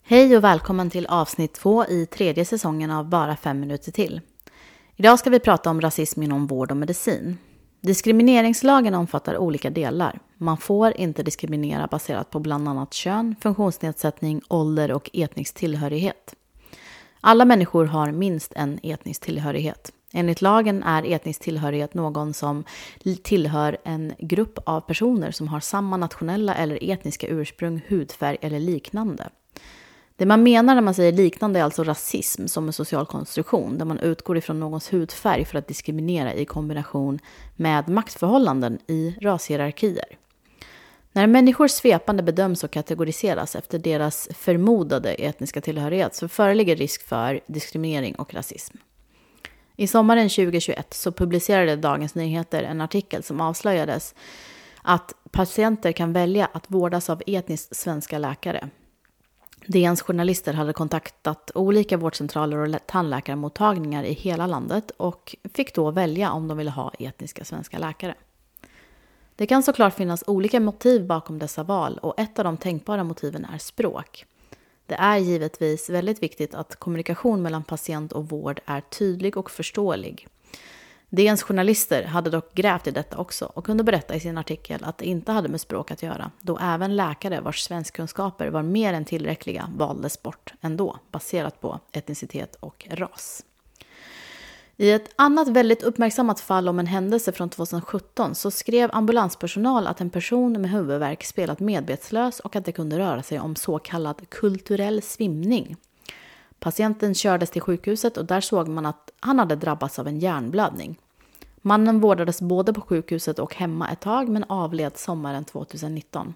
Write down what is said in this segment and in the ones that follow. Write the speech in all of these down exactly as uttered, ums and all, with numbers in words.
Hej och välkommen till avsnitt två i tredje säsongen av Bara fem minuter till. Idag ska vi prata om rasism inom vård och medicin. Diskrimineringslagen omfattar olika delar. Man får inte diskriminera baserat på bland annat kön, funktionsnedsättning, ålder och etnisk tillhörighet. Alla människor har minst en etnisk tillhörighet. Enligt lagen är etnisk tillhörighet någon som tillhör en grupp av personer som har samma nationella eller etniska ursprung, hudfärg eller liknande. Det man menar när man säger liknande är alltså rasism som en social konstruktion där man utgår ifrån någons hudfärg för att diskriminera i kombination med maktförhållanden i rashierarkier. När människor svepande bedöms och kategoriseras efter deras förmodade etniska tillhörighet så föreligger risk för diskriminering och rasism. I sommaren tjugohundratjugoett så publicerade Dagens Nyheter en artikel som avslöjades att patienter kan välja att vårdas av etniskt svenska läkare. D N:s journalister hade kontaktat olika vårdcentraler och tandläkarmottagningar i hela landet och fick då välja om de ville ha etniska svenska läkare. Det kan såklart finnas olika motiv bakom dessa val och ett av de tänkbara motiven är språk. Det är givetvis väldigt viktigt att kommunikation mellan patient och vård är tydlig och förståelig. D N:s journalister hade dock grävt i detta också och kunde berätta i sin artikel att det inte hade med språk att göra, då även läkare vars svenskkunskaper var mer än tillräckliga valdes bort ändå, baserat på etnicitet och ras. I ett annat väldigt uppmärksammat fall om en händelse från tjugohundrasjutton så skrev ambulanspersonal att en person med huvudvärk spelat medvetslös och att det kunde röra sig om så kallad kulturell svimning. Patienten kördes till sjukhuset och där såg man att han hade drabbats av en hjärnblödning. Mannen vårdades både på sjukhuset och hemma ett tag men avled sommaren tjugonitton.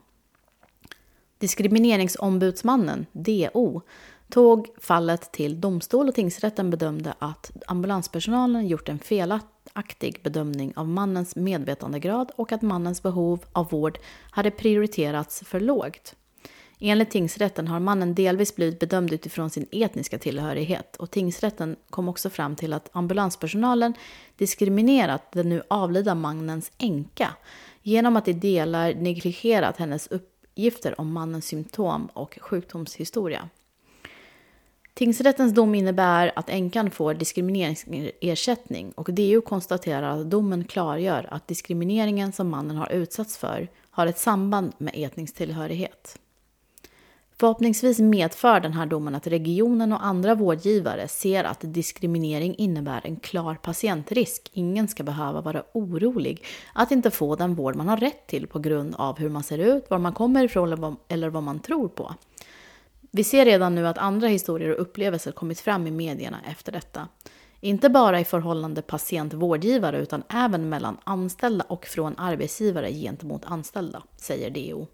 Diskrimineringsombudsmannen, D O, tog fallet till domstol och tingsrätten bedömde att ambulanspersonalen gjort en felaktig bedömning av mannens medvetandegrad och att mannens behov av vård hade prioriterats för lågt. Enligt tingsrätten har mannen delvis blivit bedömd utifrån sin etniska tillhörighet och tingsrätten kom också fram till att ambulanspersonalen diskriminerat den nu avlida mannens änka genom att i delar negligerat hennes uppgifter om mannens symptom och sjukdomshistoria. Tingsrättens dom innebär att änkan får diskrimineringsersättning och D O konstaterar att domen klargör att diskrimineringen som mannen har utsatts för har ett samband med etnisk tillhörighet. Förhoppningsvis medför den här domen att regionen och andra vårdgivare ser att diskriminering innebär en klar patientrisk. Ingen ska behöva vara orolig att inte få den vård man har rätt till på grund av hur man ser ut, var man kommer ifrån eller vad man tror på. Vi ser redan nu att andra historier och upplevelser kommit fram i medierna efter detta. Inte bara i förhållande patient-vårdgivare utan även mellan anställda och från arbetsgivare gentemot anställda, säger D O.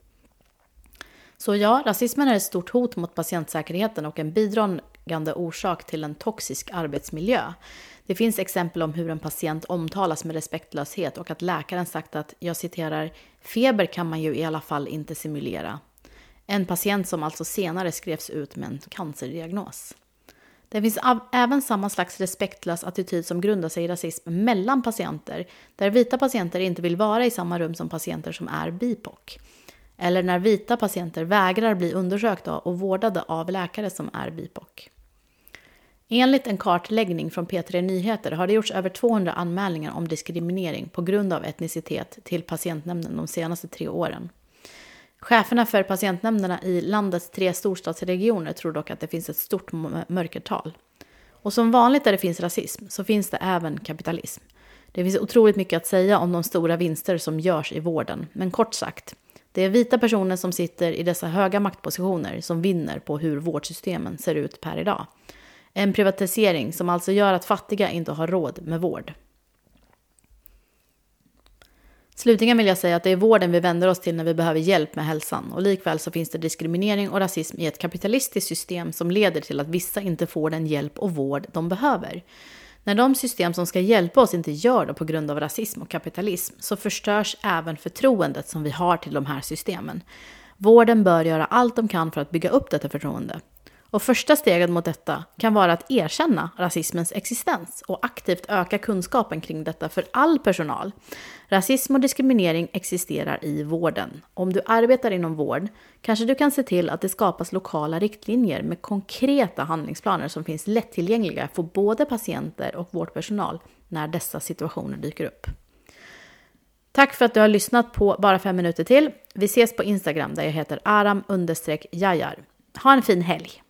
Så ja, rasismen är ett stort hot mot patientsäkerheten och en bidragande orsak till en toxisk arbetsmiljö. Det finns exempel om hur en patient omtalas med respektlöshet och att läkaren sagt att, jag citerar, feber kan man ju i alla fall inte simulera. En patient som alltså senare skrevs ut med en cancerdiagnos. Det finns även samma slags respektlös attityd som grundar sig i rasism mellan patienter, där vita patienter inte vill vara i samma rum som patienter som är B I P O C. Eller när vita patienter vägrar bli undersökta och vårdade av läkare som är B I P O C. Enligt en kartläggning från P tre Nyheter har det gjorts över tvåhundra anmälningar om diskriminering på grund av etnicitet till patientnämnden de senaste tre åren. Cheferna för patientnämnderna i landets tre storstadsregioner tror dock att det finns ett stort mörkertal. Och som vanligt där det finns rasism så finns det även kapitalism. Det finns otroligt mycket att säga om de stora vinster som görs i vården, men kort sagt, det är vita personer som sitter i dessa höga maktpositioner som vinner på hur vårdsystemen ser ut per idag. En privatisering som alltså gör att fattiga inte har råd med vård. Slutligen vill jag säga att det är vården vi vänder oss till när vi behöver hjälp med hälsan. Och likväl så finns det diskriminering och rasism i ett kapitalistiskt system som leder till att vissa inte får den hjälp och vård de behöver. När de system som ska hjälpa oss inte gör det på grund av rasism och kapitalism så förstörs även förtroendet som vi har till de här systemen. Vården bör göra allt de kan för att bygga upp detta förtroende. Och första steget mot detta kan vara att erkänna rasismens existens och aktivt öka kunskapen kring detta för all personal. Rasism och diskriminering existerar i vården. Om du arbetar inom vård kanske du kan se till att det skapas lokala riktlinjer med konkreta handlingsplaner som finns lättillgängliga för både patienter och vårdpersonal när dessa situationer dyker upp. Tack för att du har lyssnat på Bara fem minuter till. Vi ses på Instagram där jag heter aram understreck jajar. Ha en fin helg!